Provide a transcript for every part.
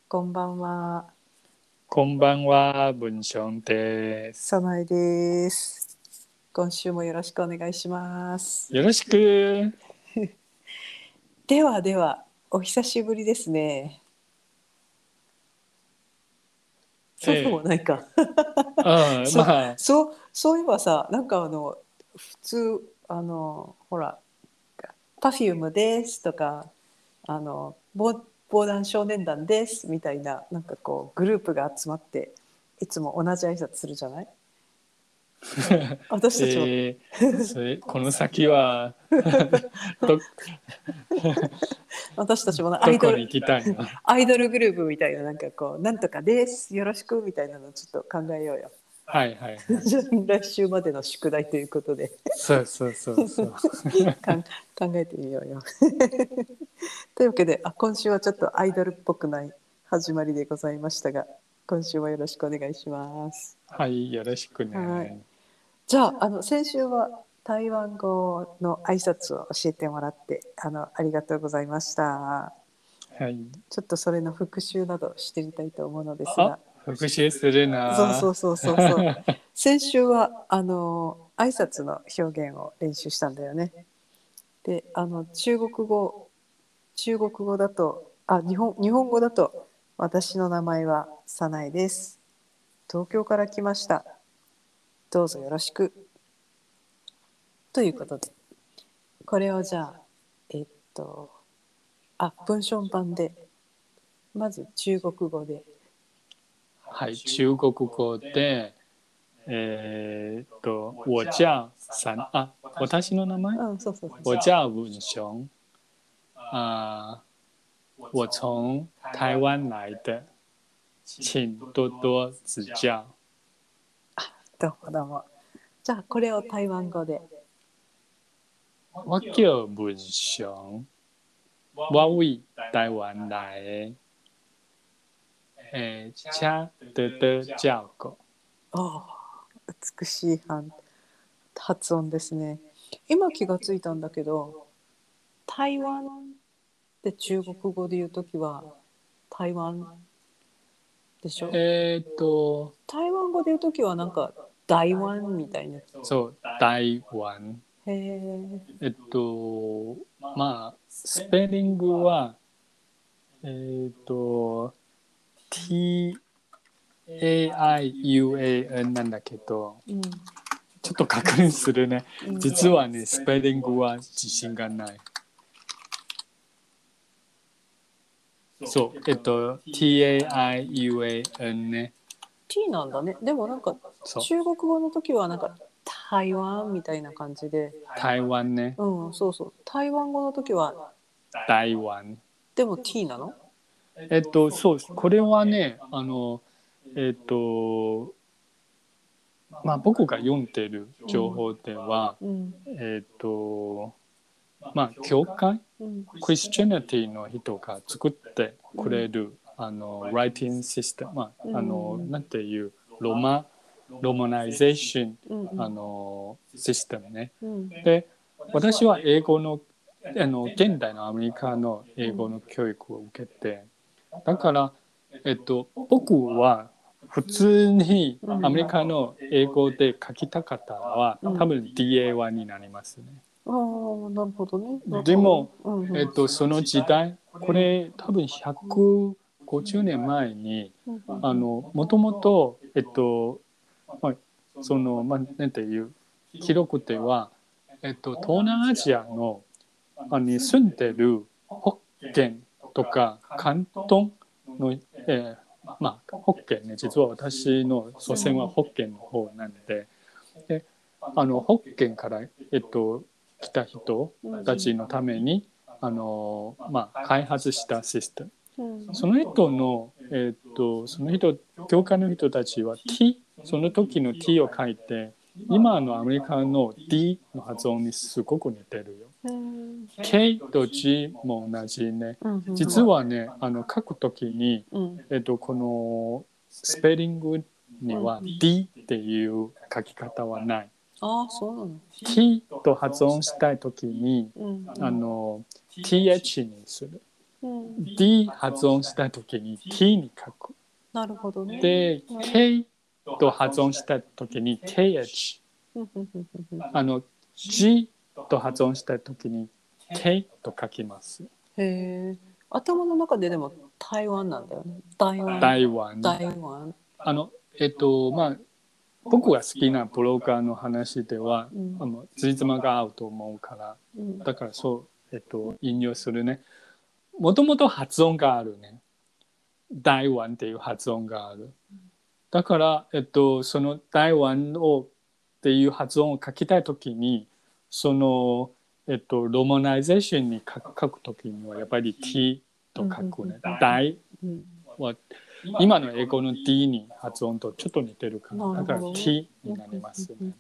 こんばんは。 こんばんは、文章です。 さなえです。今週もよろしくお願いします。 よろしく。 ではでは、お久しぶりですね。そうでもええ、 ないか。そう、 まあ、 そういえばさ、普通ほら、パフュームですとか、防弾少年団ですみたいな、なんかこうグループが集まって、いつも同じ挨拶するじゃない？私たちもこの先はど、 私たちもどこに行きたいの？ アイドルグループみたいな、なんかこうなんとかですよろしくみたいなのをちょっと考えようよ。 はいはいはい。 じゃあ来週までの宿題ということでそうそうそうそう。 かん考えてみようよ。というわけで、今週はちょっとアイドルっぽくない始まりでございましたが、今週はよろしくお願いします。 はい、よろしくはい。 ね。 じゃあ、先週は台湾語の挨拶を教えてもらってありがとうございました。 はい。 ちょっとそれの復習などしてみたいと思うのですあ、 が。 復習するそうそうな。 そうそうそう。先週は挨拶の表現を練習したんだよね。で、中国語だと、日本語だと、私の名前はサナエです。東京から来ました。どうぞよろしく。ということで、これをじゃあ、えっと、文章版で、まず中国語で。 はい、中国語で、我叫私の名前？ うん、そうそうそう。 我叫文雄。啊、我从台湾来的，请多多指教。 どうもどうも。じゃあ、これを台湾語で。 我叫文雄，我为台湾来的，请多多照顧。 おお、美しい発音ですね。今気がついたんだけど、台湾って中国語で言うときは台湾でしょ？台湾語で言うときはなんか台湾みたいな。 そう、台湾。 へえ。 まあ、スペリングは、TAIUAN なんだけど、 うんちょっと確認するね。 うん。 実はね、スペリングは自信がない。そう、TAIUAN ね。 T なんだね。でもなんかそう、 中国語の時はなんか台湾みたいな感じで、 台湾ね。 うん、そうそう。台湾語の時は台湾。 でも T なの？ そう、これはね、えっと、まあ、僕が読んでる情報では、 うんまあ、教会、 うんクリスチャニティの人が作ってくれる、ライティングシステム、まあ、なんていう、ロマナイゼーション、システムね。 うんで、私は英語の、現代のアメリカの英語の教育を受けて、だから、僕は普通にアメリカの英語で書きたかったのは、多分 DA1 になりますね。 ああ、なるほどね。なるほどね。 でも、 うんうん。 その時代、これ多分150年前に、もともと、まあ、なんていう記録では、東南アジアのに住んでるホッケンとか広東の、まあホッケンね、実は私の祖先はホッケンの方なんで、ホッケンから、来た人たちのためにまあ、開発したシステム。その人の、その人教会の人たちは T、 その時の T を書いて、今のアメリカの D の発音にすごく似てるよ。K と G も同じね。実はね、書くときに、このスペリングには D っていう書き方はない。 ああ、そうなの。 T と発音したいときに、TH にする。 うん、 D 発音した時に T に書く。 なるほどね。 で、K と発音した時に KH。G と発音した時に K と書きます。 へえ。頭の中ででも台湾なんだよね。台湾。 台湾。 台湾。 まあ僕が好きなブローカーの話では、 うん、 つじつまが合うと思うから、 うん、 だからそう、引用するね。もともと発音があるね。台湾っていう発音がある。だから、その台湾をっていう発音を書きたいときに、その、ロマナイゼーションに書くときにはやっぱり T と書くね。台は今の英語の D に発音とちょっと似てるから、だから T になりますね。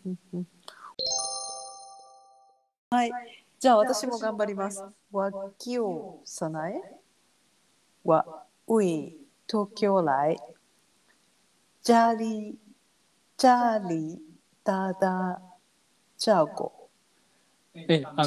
はい。じゃあ私も頑張ります。わきょうさなえわうい東京来ジャリジャリダダジャゴチ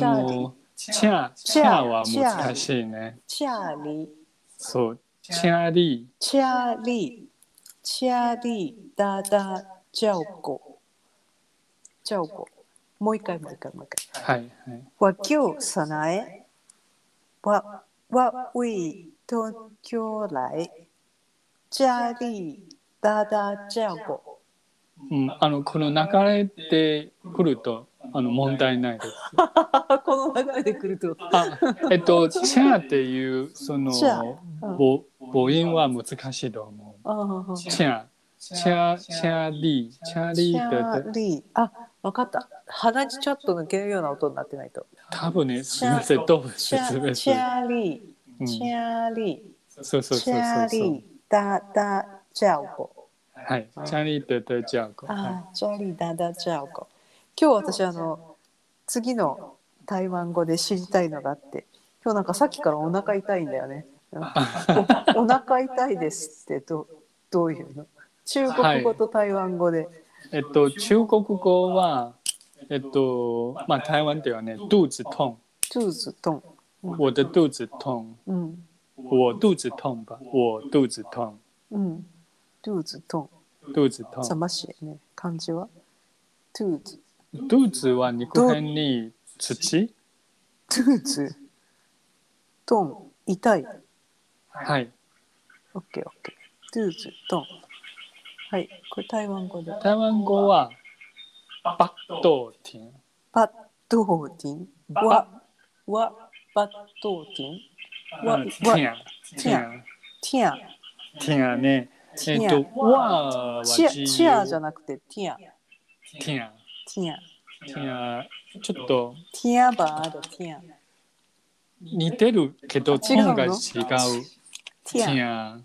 チャは難しいね。 チャリそう、チャリチャリチャリダダジャゴジャゴもう一回。 はいはい。 わきょうさなえわうい東京来ジャリダダジャゴこの流れで来ると問題ないです。 この流れで来るとチャーっていうその母音は難しいと思う。チャーリー。 あ、わかった。鼻血ちょっと抜けるような音になってないと。 多分ね、すみません、どう説明する。 チャーリー、チャーリー、 そう。 チャーリー、ダダジャオコ。 はい、チャーリーダダジャオコ。 チャーリーダダジャオコ。今日私次の台湾語で知りたいのがあって、今日なんかさっきからお腹痛いんだよね。お腹痛いですってどういうの？中国語と台湾語で。 中国語はまあ台湾ではね、肚子痛。 肚子痛。 我的肚子痛。我肚子痛吧。我肚子痛。 肚子痛。 肚子痛。 ざましいね。漢字は肚子。 肚子は肉片に土。 肚子。トン。痛い。 はい。 オッケー。肚子痛。はい。これ台湾語で。 台湾語はバットティン。 バットーティン。バットーティン。 ティアね。はチアじゃなくてティア。 ティアちょっとティアバードティア。 似てるけどトーンが違う。 ティ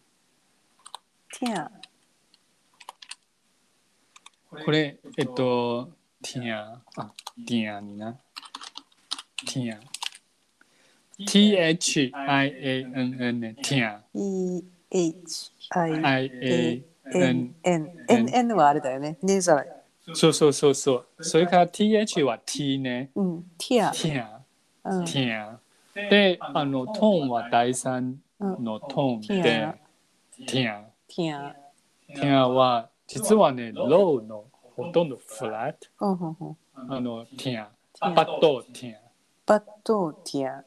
ア。 これティアにな。ティア。THIANN ね。ティア。 N はあれだよね。ねざらい。 そう。それから TH は T ね。 ティア。 で、トーンは第三のトーンで、ティアは実はね、ローのほとんどフラット。ティア。バットティア。 バットティア。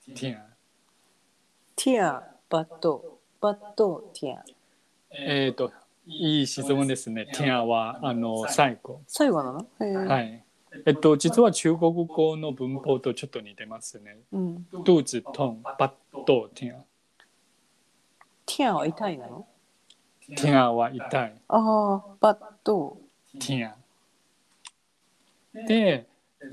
ティア、バットティア。 いい質問ですね。ティアは最後。 最後なの？ はい。実は中国語の文法とちょっと似てますね。肚子痛、バットティア。 ティアは痛いなの？ ティアは痛い。 バットティア。で、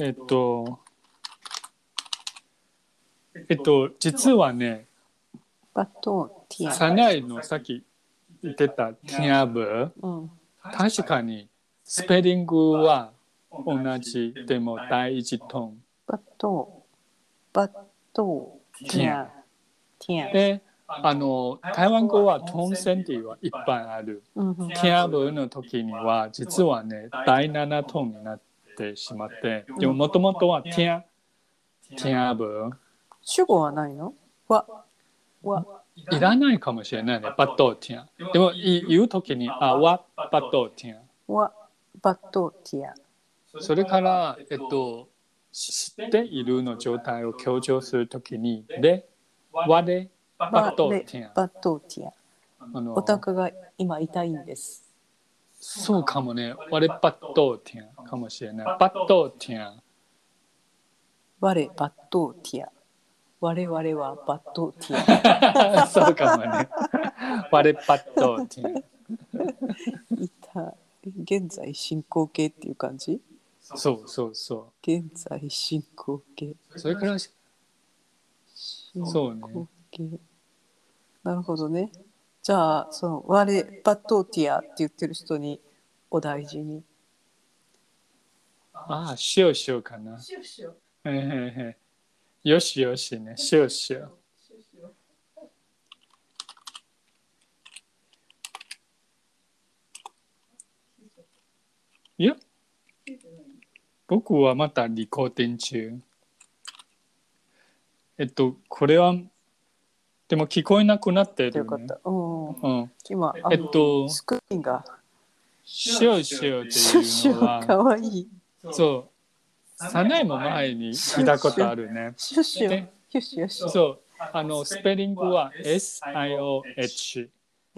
実はね、 バットティア。 サナイのさっき言ってたティアブ、確かにスペリングは同じでも第一トーン。 バットティア。 で、台湾語はトーン線っていうのはいっぱいある。ティアブの時には実はね、第7トーンになってしまって、でももともとはティアブ。 主語はないの？ わ、 いらないかもしれないね。バトーティア。でも言うときに、あ、わ、バトーティア。 わ、バトティア。 それから、知っているの状態を強調するときに、で、わで、バトーティア。 バトティア。お腹が今痛いんです。 そうかもね。われバトーティアかもしれない。バトーティア。 我バトティア。我々はバトティア。 そうかもね。われバトーティア。 痛い。現在進行形っていう感じ？ そうそうそ現在進行形。 う。それから、 進そうね。 行形。なるほどね。じゃあ、その我バトティアって言ってる人にお大事に。 ああ、しようしようかな。へへへ。よしよしね。しようしよう。いや、僕はまたリコーディング中。これは、でも聞こえなくなってるね。 よかった。うん。 うん。 今、スクリーンがしようしようってシュッシュいうのは、 かわいい。 そう、サナイも前に聞いたことあるね。 シュッシュ。 で、 シュッシュ。 そう、スペリングは SIOH。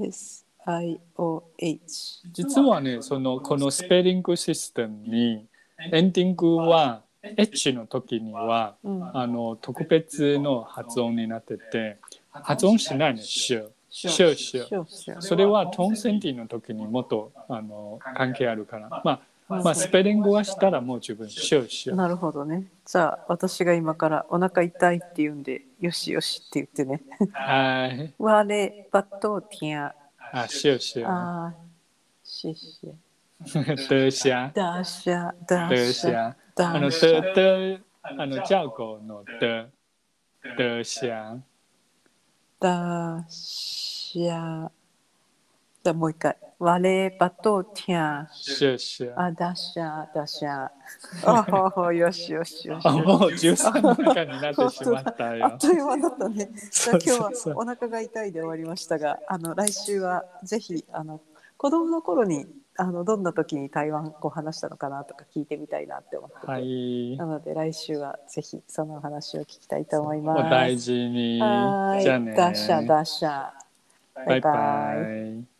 SIOH。 実はね、このスペリングシステムに、エンディングは、H の時には、特別の発音になってて、発音しないね、シュ。シュシュ。それはトーンセンティの時にもっと関係あるから。まあ、スペリングはしたらもう十分。シュシュ。 なるほどね。じゃあ、私が今からお腹痛いって言うんで、よしよしって言ってね。 はい。 我バトティア。 あ、シュシュ。 あー、シェシェ。 得下。 ダシャ、ダ得シャ、 下。 ダ得シャ。 得、叫狗の得下。 ダシャ。じゃあもう一回。我バトティア。 シュシュ。 あ、ダシャ、ダシャ。ああ、よしよしよし。 あ、もう13分間になってしまったあよっ。という間だったね。じゃあ今日はそうお腹が痛いで終わりましたが、来週はぜひ子供の頃にどんな時に台湾語を話したのかなとか聞いてみたいなって思ってて、 はい。 なので来週はぜひその話を聞きたいと思います。 お大事に。 はーい、 じゃあね。 ダッシャダッシャ。バイバイバイ。 バイ。